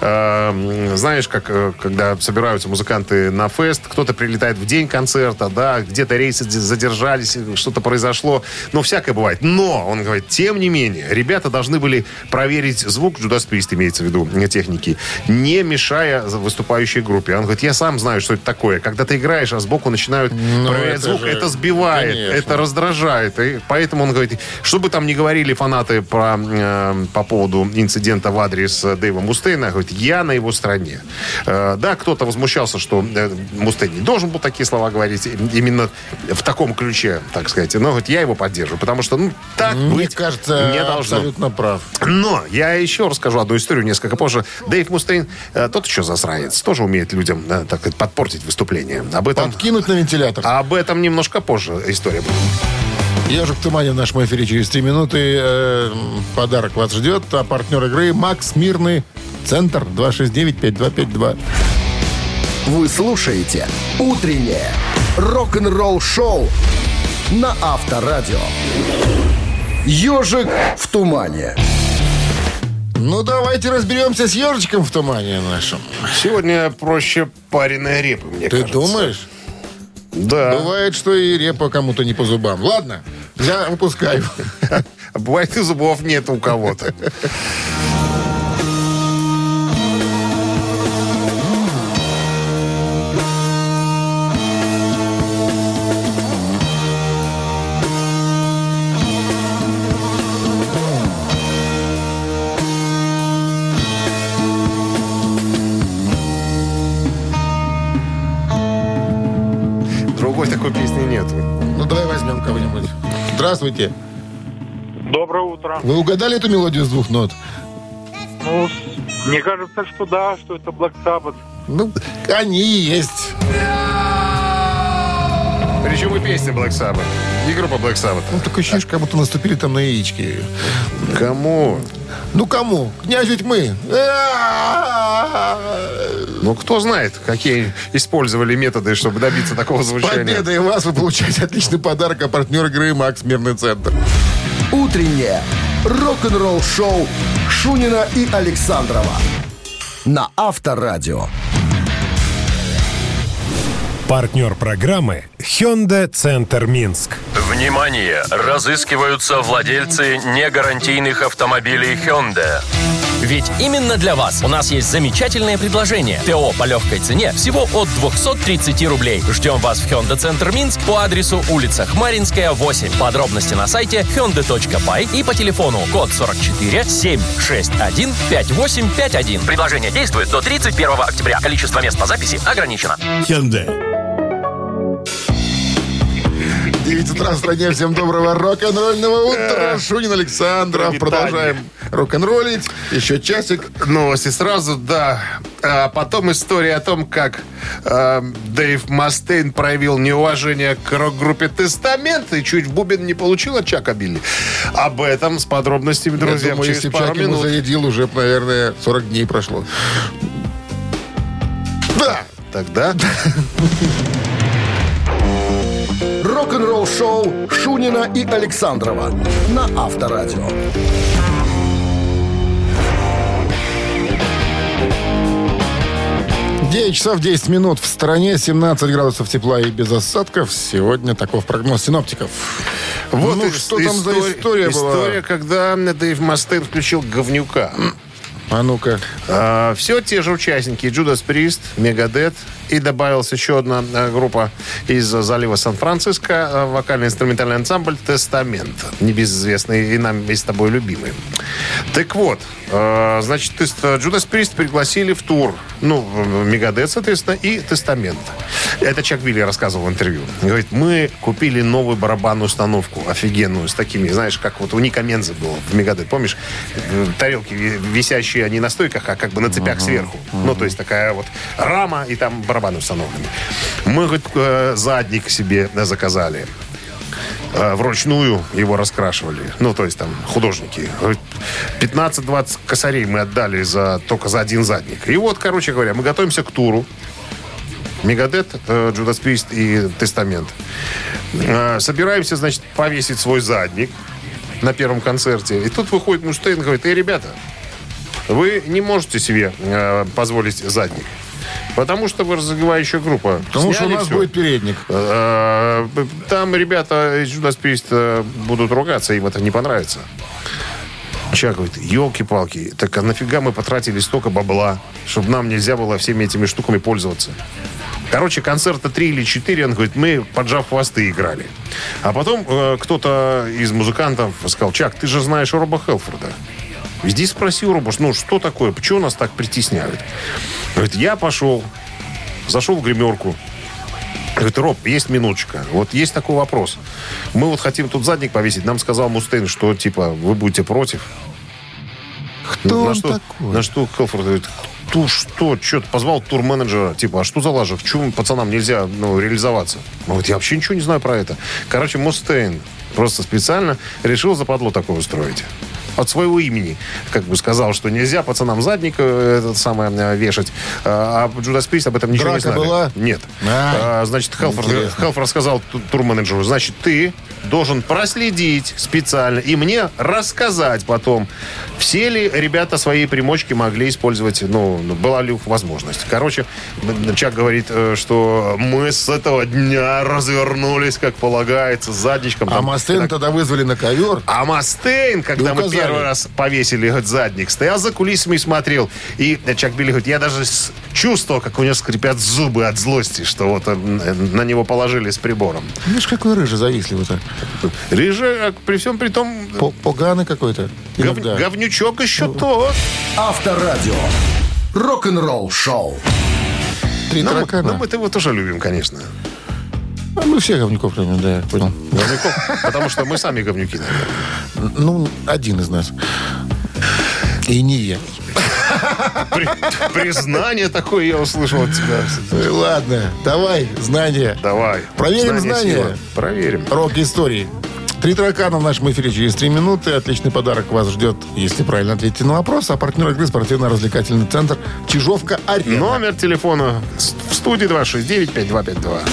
Speaker 6: Э, знаешь, как, когда собираются музыканты на фест, кто-то прилетает в день концерта, да, где-то рейсы задержались, что-то произошло, ну, всякое бывает. Но, он говорит, тем не менее, ребята должны были проверить звук, Judas Priest имеется в виду, техники, не мешая выступающей группе. Он говорит, я сам знаю, что это такое. Когда ты играешь, а сбоку начинают ну, проверять это звук, же... это сбивает, конечно. Это раздражает. И поэтому он говорит, что бы там ни говорили фанаты про, э, по поводу инцидента в адрес Дэйва Мустейна, говорит, я на его стороне. Э, да, кто-то возмущался, что э, Мустейн не должен был такие слова говорить именно в таком ключе, так сказать. Но говорит, я его поддерживаю, потому что, ну, так
Speaker 5: Мне
Speaker 6: быть
Speaker 5: кажется,
Speaker 6: не должно.
Speaker 5: Абсолютно прав.
Speaker 6: Но я еще расскажу одну историю несколько позже. Дэйв Мустейн, э, тот еще засранец, тоже умеет людям, да, так сказать, подпортить выступление. Об этом,
Speaker 5: Подкинуть на вентилятор.
Speaker 6: Об этом немножко позже история будет.
Speaker 5: «Ежик в тумане» в нашем эфире через три минуты. Э, подарок вас ждет. А партнер игры «Макс Мирный Центр» два шесть девять пять два пять два.
Speaker 1: Вы слушаете «Утреннее рок-н-ролл-шоу» на Авторадио. «Ежик в тумане».
Speaker 5: Ну, давайте разберемся с ежичком в тумане нашем.
Speaker 6: Сегодня проще пареная репа, мне
Speaker 5: Ты
Speaker 6: кажется.
Speaker 5: Ты думаешь?
Speaker 6: Да.
Speaker 5: Бывает, что и репа кому-то не по зубам. Ладно, я выпускаю.
Speaker 6: Бывает, и зубов нет у кого-то. Такой песни нету.
Speaker 5: Ну, давай возьмем кого-нибудь. Здравствуйте.
Speaker 7: Доброе утро.
Speaker 5: Вы угадали эту мелодию с двух нот?
Speaker 7: Ну, мне кажется, что да, что это Black Sabbath.
Speaker 5: Ну, они и есть.
Speaker 6: Причем и песня Black Sabbath, и группа Black Sabbath.
Speaker 5: Ну, такое ощущение, как будто наступили там на яички.
Speaker 6: Кому?
Speaker 5: Ну, кому? Князь тьмы.
Speaker 6: Ну, кто знает, какие использовали методы, чтобы добиться такого звучания.
Speaker 5: Победой вас вы получаете отличный подарок, а партнер игры «Макс Мирный центр».
Speaker 1: Утреннее рок-н-ролл-шоу Шунина и Александрова на Авторадио.
Speaker 2: Партнер программы Hyundai Центр Минск.
Speaker 3: Внимание! Разыскиваются владельцы негарантийных автомобилей Hyundai.
Speaker 4: Ведь именно для вас у нас есть замечательное предложение. ТО по легкой цене всего от двести тридцать рублей. Ждем вас в Hyundai Центр Минск по адресу улица Хмаринская, восемь. Подробности на сайте hyundai точка бай и по телефону код сорок четыре семь шесть один пять восемь пять один. Предложение действует до тридцать первого октября. Количество мест по записи ограничено.
Speaker 2: Hyundai.
Speaker 5: девять утра в стране. Всем доброго рок-н-ролльного утра. Шунин, Александров. Продолжаем рок-н-роллить. Еще часик.
Speaker 6: Новости сразу, да. А потом история о том, как э, Дэйв Мастейн проявил неуважение к рок-группе «Тестамент» и чуть в бубен не получил от Чака Билли. Об этом с подробностями, друзья,
Speaker 5: Я думаю,
Speaker 6: через
Speaker 5: если бы
Speaker 6: пару
Speaker 5: Чак ему
Speaker 6: минут.
Speaker 5: зарядил, уже, наверное, сорок дней прошло. Да.
Speaker 6: Тогда...
Speaker 1: Рок-н-ролл-шоу Шунина и Александрова на Авторадио.
Speaker 5: девять часов десять минут в стране, семнадцать градусов тепла и без осадков. Сегодня таков прогноз синоптиков.
Speaker 6: Вот
Speaker 5: ну,
Speaker 6: и
Speaker 5: что там за история была?
Speaker 6: История, когда Дэйв Мастейн включил говнюка.
Speaker 5: А ну-ка.
Speaker 6: А, все те же участники. Judas Priest, Megadeth. И добавилась еще одна а, группа из залива Сан-Франциско. А, вокально-инструментальный ансамбль «Тестамент». Небезызвестный и нам, и с тобой любимый. Так вот, а, значит, Judas Priest пригласили в тур. Ну, Megadeth, соответственно, и «Тестамент». Это Чак Билли рассказывал в интервью. Говорит, мы купили новую барабанную установку офигенную, с такими, знаешь, как вот у Ника Менза было в Megadeth. Помнишь? Тарелки висящие не на стойках, а как бы на цепях uh-huh, сверху. Uh-huh. Ну, то есть такая вот рама, и там барабаны установлены. Мы, говорит, задник себе заказали. Вручную его раскрашивали. Ну, то есть там художники. пятнадцать-двадцать косарей мы отдали за, только за один задник. И вот, короче говоря, мы готовимся к туру. Megadeth, Judas Priest и «Тестамент». Собираемся, значит, повесить свой задник на первом концерте. И тут выходит Мустейн и говорит, эй, ребята, вы не можете себе э, позволить задник. Потому что вы разогревающая группа.
Speaker 5: Потому что у нас
Speaker 6: все.
Speaker 5: будет передник.
Speaker 6: Э, там ребята из Judas Priest э, будут ругаться, им это не понравится. Чак говорит, елки-палки, так а нафига мы потратили столько бабла, чтобы нам нельзя было всеми этими штуками пользоваться? Короче, концерта три или четыре, он говорит, мы, поджав хвосты, играли. А потом э, кто-то из музыкантов сказал, Чак, ты же знаешь Роба Хелфорда. Иди спроси у Роба, ну что такое, почему нас так притесняют? Говорит, я пошел, зашел в гримерку. Говорит, Роб, есть минуточка. Вот есть такой вопрос. Мы вот хотим тут задник повесить. Нам сказал Мустейн, что, типа, вы будете против.
Speaker 5: Кто
Speaker 6: на
Speaker 5: он
Speaker 6: что,
Speaker 5: такой?
Speaker 6: На что Хелфорд говорит, ты что, что-то позвал турменеджера, типа, а что за лажа? В чем пацанам нельзя ну, реализоваться? Он говорит, я вообще ничего не знаю про это. Короче, Мустейн просто специально решил западло такое устроить. От своего имени, как бы сказал, что нельзя пацанам задник э, этот самый вешать. А Judas Priest об этом ничего
Speaker 5: Драка
Speaker 6: не знали.
Speaker 5: была?
Speaker 6: Нет.
Speaker 5: А,
Speaker 6: а, значит, Хелфорд, Хелфорд сказал турменеджеру, значит, ты должен проследить специально и мне рассказать потом, все ли ребята свои примочки могли использовать, ну, была ли возможность. Короче, Чак говорит, что мы с этого дня развернулись, как полагается, с задничком.
Speaker 5: А Мастейн
Speaker 6: так...
Speaker 5: тогда вызвали на ковер.
Speaker 6: А Мастейн, когда мы первый раз повесили говорит, задник, стоял за кулисами и смотрел. И Чак Билли говорит, я даже чувствовал, как у него скрипят зубы от злости, что вот на него положили с прибором.
Speaker 5: Видишь, какой рыжий завистливый-то.
Speaker 6: Рыжий, при всем при том...
Speaker 5: Поганый какой-то.
Speaker 6: Гов... Говнючок еще ну. тот.
Speaker 1: Авторадио. Рок-н-ролл шоу.
Speaker 5: Три
Speaker 6: но,
Speaker 5: таракана.
Speaker 6: Но мы его тоже любим, конечно.
Speaker 5: А мы все говнюков любим, да, я понял.
Speaker 6: Говнюков? Потому что мы сами говнюки, наверное.
Speaker 5: Ну, один из нас. И не я.
Speaker 6: Признание такое я услышал от тебя.
Speaker 5: Ладно, давай, знания.
Speaker 6: Давай.
Speaker 5: Проверим знания.
Speaker 6: Проверим.
Speaker 5: Рок-истории. Три таракана в нашем эфире через три минуты. Отличный подарок вас ждет, если правильно ответите на вопрос. А партнер игры — спортивно-развлекательный центр «Чижовка-Арена».
Speaker 6: Номер телефона в студии два шесть девять пять два пять два.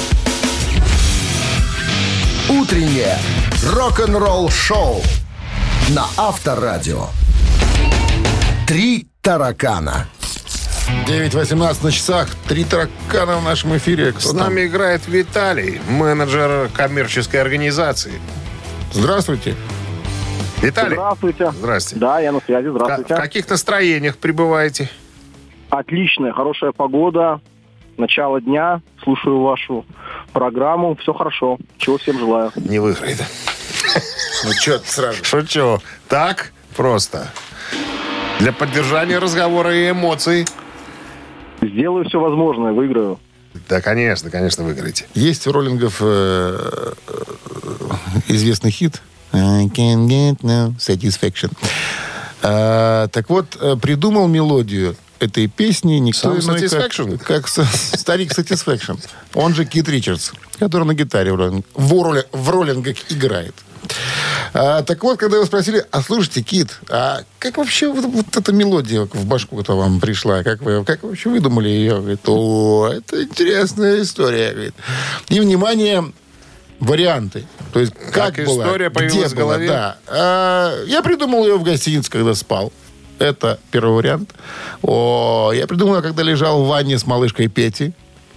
Speaker 1: Утреннее рок-н-ролл-шоу на Авторадио. Три таракана.
Speaker 5: девять восемнадцать на часах. Три таракана в нашем эфире. Кто
Speaker 6: С
Speaker 5: там?
Speaker 6: нами играет Виталий, менеджер коммерческой организации.
Speaker 5: Здравствуйте.
Speaker 6: Виталий.
Speaker 10: Здравствуйте.
Speaker 6: Здрасте.
Speaker 10: Да, я на связи. Здравствуйте.
Speaker 6: В каких настроениях пребываете?
Speaker 10: Отличная, хорошая погода. Начало дня. Слушаю вашу программу. Все хорошо. Чего всем желаю.
Speaker 6: Не выиграет.
Speaker 5: Ну, что ты сразу?
Speaker 6: Шучу. Так просто. Для поддержания разговора и эмоций.
Speaker 10: Сделаю все возможное. Выиграю.
Speaker 6: Да, конечно, конечно, выиграете.
Speaker 5: Есть у роллингов э, известный хит I can get no satisfaction. А, так вот, придумал мелодию этой песни никто
Speaker 6: Сам
Speaker 5: иной, как, как старик Satisfaction. Он же Кит Ричардс, который на гитаре в, роллинг, в, ролли, в роллингах играет. А, так вот, когда его спросили, а слушайте, Кит, а как вообще вот, вот эта мелодия в башку-то вам пришла? Как вы, как вы вообще выдумали ее? Говорит, о, это интересная история. Говорит. И, внимание, варианты. То есть, как,
Speaker 6: как
Speaker 5: было,
Speaker 6: история появилась
Speaker 5: где
Speaker 6: в голове?
Speaker 5: было, да. А, я придумал ее в гостинице, когда спал. Это первый вариант. О, я придумал, когда лежал в ванне с малышкой Петей.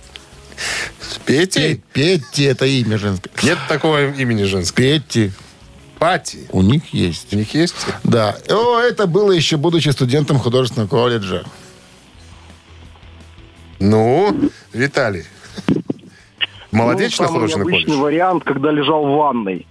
Speaker 6: Петей?
Speaker 5: Петти, это имя женское.
Speaker 6: Нет такого имени женского.
Speaker 5: Петти.
Speaker 6: Пати.
Speaker 5: У них есть.
Speaker 6: У них есть?
Speaker 5: Да. О, это было еще будучи студентом художественного колледжа.
Speaker 6: Ну, Виталий. Молодечно
Speaker 10: ну,
Speaker 6: художественный колледж?
Speaker 10: Обычный вариант, когда лежал в ванной.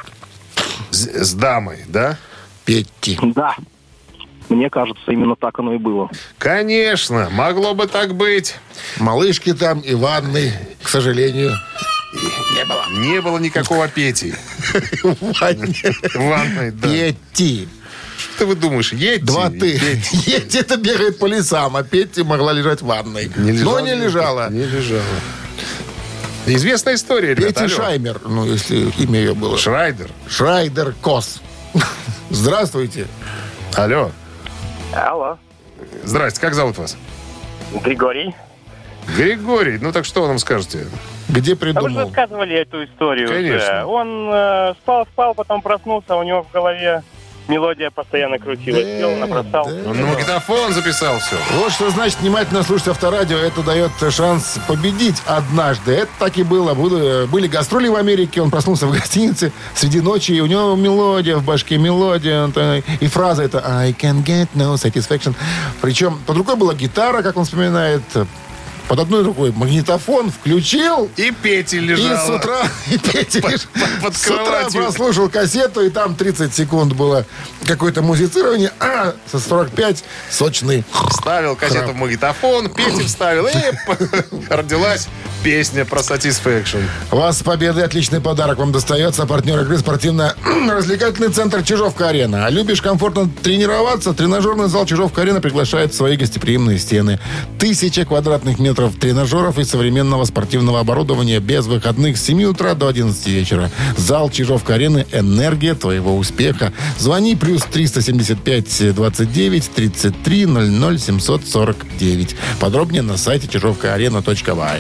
Speaker 6: С, с дамой, да?
Speaker 5: Петти.
Speaker 10: Да. Мне кажется, именно так оно и было.
Speaker 6: Конечно, могло бы так быть.
Speaker 5: Малышки там и ванной, к сожалению,
Speaker 6: не было. Не было никакого Пети.
Speaker 5: В ванной.
Speaker 6: В ванной, да.
Speaker 5: Петти.
Speaker 6: Что вы думаешь, Йети?
Speaker 5: Два ты. Йети это бегает по лесам, а Петти могла лежать в ванной.
Speaker 6: Не лежала,
Speaker 5: Но не лежала.
Speaker 6: Не лежала. Известная история, ребята.
Speaker 5: Петти Шаймер, ну, если имя ее было.
Speaker 6: Шрайдер.
Speaker 5: Шрайдер Кос. Здравствуйте.
Speaker 6: Алло.
Speaker 7: Алло.
Speaker 6: Здрасте, как зовут вас?
Speaker 7: Григорий.
Speaker 6: Григорий, ну так что вы нам скажете?
Speaker 5: Где
Speaker 7: А вы же
Speaker 5: придумал?
Speaker 7: рассказывали эту историю.
Speaker 6: Конечно.
Speaker 7: Уже. Он э, спал, спал, потом проснулся, у него в голове мелодия постоянно крутилась.
Speaker 5: Да,
Speaker 7: Сел, набросал.
Speaker 5: да.
Speaker 6: Он на магнитофон записал все.
Speaker 5: Вот что значит внимательно слушать Авторадио. Это дает шанс победить однажды. Это так и было. Буду- Были гастроли в Америке. Он проснулся в гостинице среди ночи, и у него мелодия в башке, мелодия. Он та- И фраза это I can get no satisfaction. Причем под рукой была гитара, как он вспоминает. Под одной рукой магнитофон включил.
Speaker 6: И Петя
Speaker 5: И
Speaker 6: лежала.
Speaker 5: с утра, и Петя
Speaker 6: Под-
Speaker 5: лишь-
Speaker 6: под
Speaker 5: с утра
Speaker 6: кроватью.
Speaker 5: прослушал кассету, и там тридцать секунд было какое-то музицирование, а со сорок пять сочный.
Speaker 6: Вставил кассету в магнитофон, Петя вставил, и родилась песня про Satisfaction.
Speaker 5: Вас с победой отличный подарок вам достается. Партнер игры спортивно-развлекательный центр «Чижовка-Арена». А любишь комфортно тренироваться? Тренажерный зал «Чижовка-Арена» приглашает в свои гостеприимные стены. Тысяча квадратных метров тренажеров и современного спортивного оборудования без выходных с семи утра до одиннадцати вечера. Зал «Чижовка-Арены» – энергия твоего успеха. Звони плюс триста семьдесят пять двадцать девять тридцать три ноль ноль семьсот сорок девять. Подробнее на сайте чижовка арена точка бай.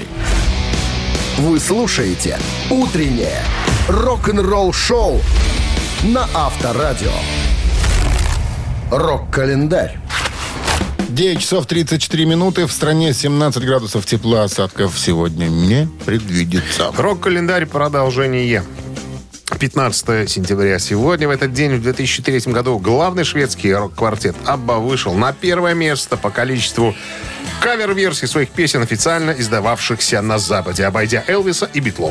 Speaker 1: Вы слушаете «Утреннее рок-н-ролл-шоу» на Авторадио. Рок-календарь.
Speaker 5: девять часов тридцать четыре минуты. В стране семнадцать градусов тепла. Осадков сегодня не предвидится.
Speaker 6: Рок-календарь продолжение. пятнадцатого сентября. Сегодня, в этот день, в две тысячи третьем году, главный шведский рок-квартет Абба вышел на первое место по количеству кавер-версий своих песен, официально издававшихся на Западе, обойдя Элвиса и Битлов.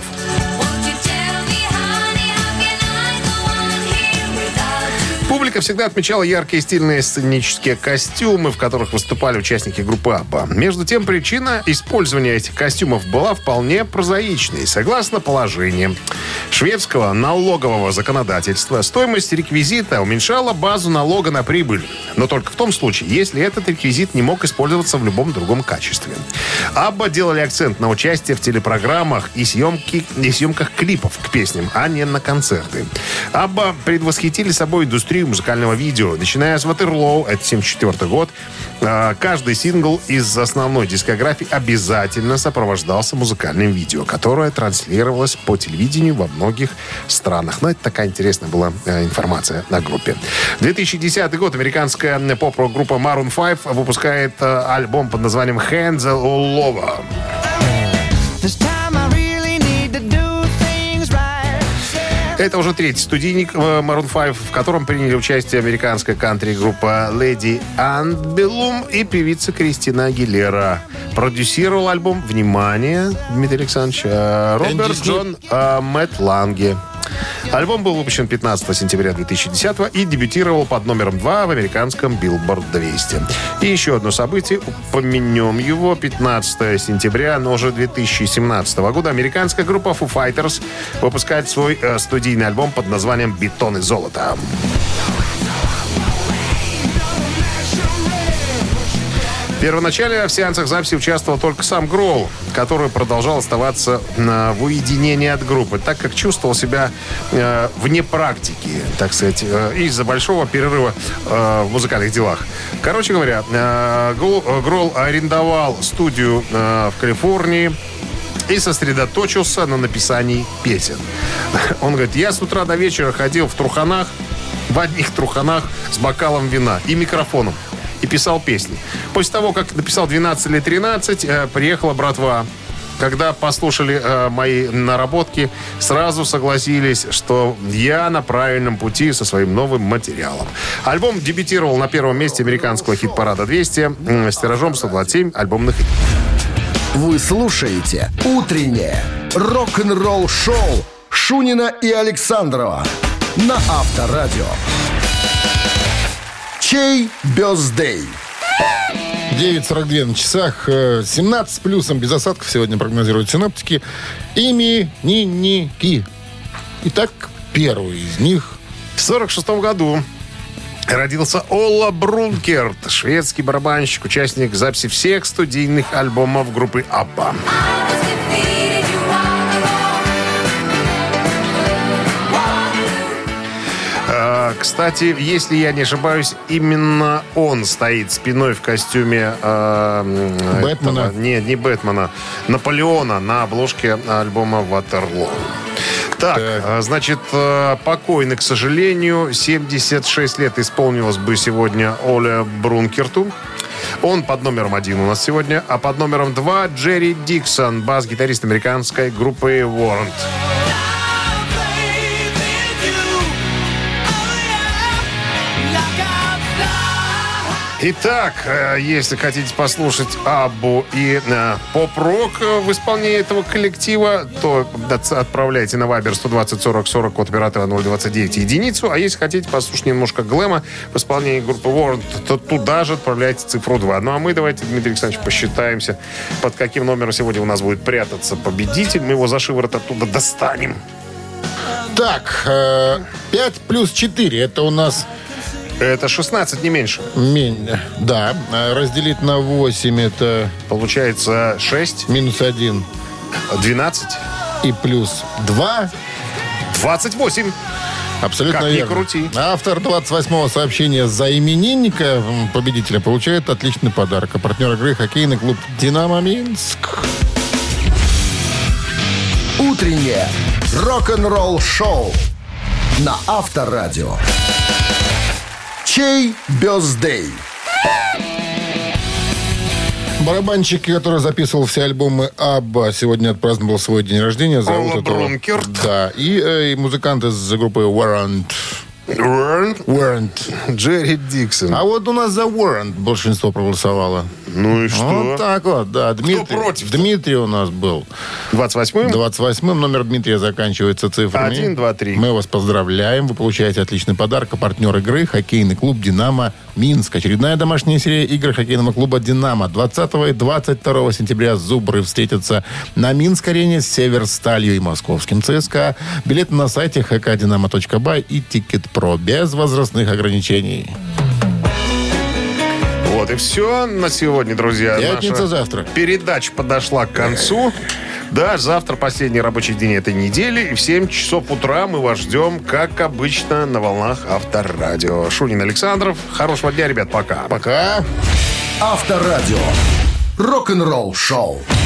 Speaker 6: Публика всегда отмечала яркие стильные сценические костюмы, в которых выступали участники группы Абба. Между тем, причина использования этих костюмов была вполне прозаичной, согласно положениям. шведского налогового законодательства стоимость реквизита уменьшала базу налога на прибыль. Но только в том случае, если этот реквизит не мог использоваться в любом другом качестве. Абба делали акцент на участие в телепрограммах и, съемки, и съемках клипов к песням, а не на концерты. Абба предвосхитили собой индустрию музыкального видео. Начиная с Waterloo, это семьдесят четвёртый год, каждый сингл из основной дискографии обязательно сопровождался музыкальным видео, которое транслировалось по телевидению во многих странах. Но это такая интересная была информация на группе. две тысячи десятый год. Американская поп-рок группа Maroon пять выпускает альбом под названием Hands All Over. Это уже третий студийник Maroon пять, в котором приняли участие американская кантри-группа Lady Antebellum и певица Кристина Агилера. Продюсировал альбом, внимание, Дмитрий Александрович, Роберт Джон Мэтт Ланге. Альбом был выпущен пятнадцатого сентября две тысячи десятого и дебютировал под номером два в американском Billboard двести. И еще одно событие, упомянем его, пятнадцатого сентября, но уже две тысячи семнадцатого года американская группа Foo Fighters выпускает свой э, студийный альбом под названием «Бетон и золото». Первоначально в сеансах записи участвовал только сам Гроул, который продолжал оставаться э, в уединении от группы, так как чувствовал себя э, вне практики, так сказать, э, из-за большого перерыва э, в музыкальных делах. Короче говоря, э, Гроул арендовал студию э, в Калифорнии и сосредоточился на написании песен. Он говорит, я с утра до вечера ходил в труханах, в одних труханах с бокалом вина и микрофоном. И писал песни. После того, как написал двенадцать или тринадцать, э, приехала братва. Когда послушали э, мои наработки, сразу согласились, что я на правильном пути со своим новым материалом. Альбом дебютировал на первом месте американского хит-парада двести э, с тиражом сто двадцать семь альбомных.
Speaker 1: Вы слушаете «Утреннее рок-н-ролл-шоу» Шунина и Александрова на Авторадио. Чей бёздей?
Speaker 5: девять сорок два на часах. семнадцать с плюсом, без осадков сегодня прогнозируют синоптики. Именинники. Итак, первый из них.
Speaker 6: В сорок шестом году родился Ола Брункерт, шведский барабанщик, участник записи всех студийных альбомов группы Абба. Кстати, если я не ошибаюсь, именно он стоит спиной в костюме э,
Speaker 5: Бэтмена.
Speaker 6: Этого, нет, не Бэтмена, Наполеона на обложке альбома «Ватерлоо». Так, так, значит, покойный, к сожалению, семьдесят шесть лет исполнилось бы сегодня Оле Брункерту. Он под номером один у нас сегодня, а под номером два Джерри Диксон, бас-гитарист американской группы Warrant. Итак, если хотите послушать Аббу и э, поп-рок в исполнении этого коллектива, то отправляйте на Viber сто двадцать сорок сорок, код оператора ноль двадцать девять единицу. А если хотите послушать немножко глэма в исполнении группы Warrant, то туда же отправляйте цифру два. Ну а мы давайте, Дмитрий Александрович, посчитаемся, под каким номером сегодня у нас будет прятаться победитель. Мы его за шиворот оттуда достанем.
Speaker 5: Так, э, пять плюс четыре, это у нас...
Speaker 6: Это шестнадцать, не меньше.
Speaker 5: Мин... Да. Разделить на восемь, это...
Speaker 6: Получается шесть.
Speaker 5: Минус один.
Speaker 6: двенадцать.
Speaker 5: И плюс два.
Speaker 6: двадцать восемь.
Speaker 5: Абсолютно
Speaker 6: как
Speaker 5: верно.
Speaker 6: Ни крути.
Speaker 5: Автор двадцать восьмого сообщения за именинника победителя получает отличный подарок. А партнер игры — хоккейный клуб «Динамо Минск».
Speaker 1: Утреннее рок-н-ролл-шоу на Авторадио. Чей бёздей?
Speaker 5: Барабанщик, который записывал все альбомы Абба, сегодня отпраздновал свой день рождения. Зовут
Speaker 6: Ола
Speaker 5: этого...
Speaker 6: Брункерт.
Speaker 5: Да. И, э, и музыкант из группы Warrant.
Speaker 6: Warrant?
Speaker 5: Warrant.
Speaker 6: Джерри Диксон.
Speaker 5: А вот у нас за Warrant большинство проголосовало.
Speaker 6: Ну и что?
Speaker 5: Вот так вот, да. Дмитрий,
Speaker 6: Кто против?
Speaker 5: Дмитрий у нас был.
Speaker 6: двадцать восьмым?
Speaker 5: двадцать восьмым. Номер Дмитрия заканчивается цифрами.
Speaker 6: Один, два, три.
Speaker 5: Мы вас поздравляем. Вы получаете отличный подарок. А партнер игры — хоккейный клуб «Динамо» Минск. Очередная домашняя серия игр хоккейного клуба «Динамо». двадцатого и двадцать второго сентября «Зубры» встретятся на Минск-арене с «Северсталью» и московским ЦСКА. Билеты на сайте эйч кей динамо точка бай и Тикет.Про. Без возрастных ограничений.
Speaker 6: Вот и все на сегодня, друзья.
Speaker 5: Пятница
Speaker 6: Наша
Speaker 5: завтра.
Speaker 6: Передача подошла к концу. Да, завтра последний рабочий день этой недели. И в семь часов утра мы вас ждем, как обычно, на волнах Авторадио. Шунин, Александров. Хорошего дня, ребят. Пока.
Speaker 5: Пока.
Speaker 1: Авторадио. Рок-н-ролл шоу.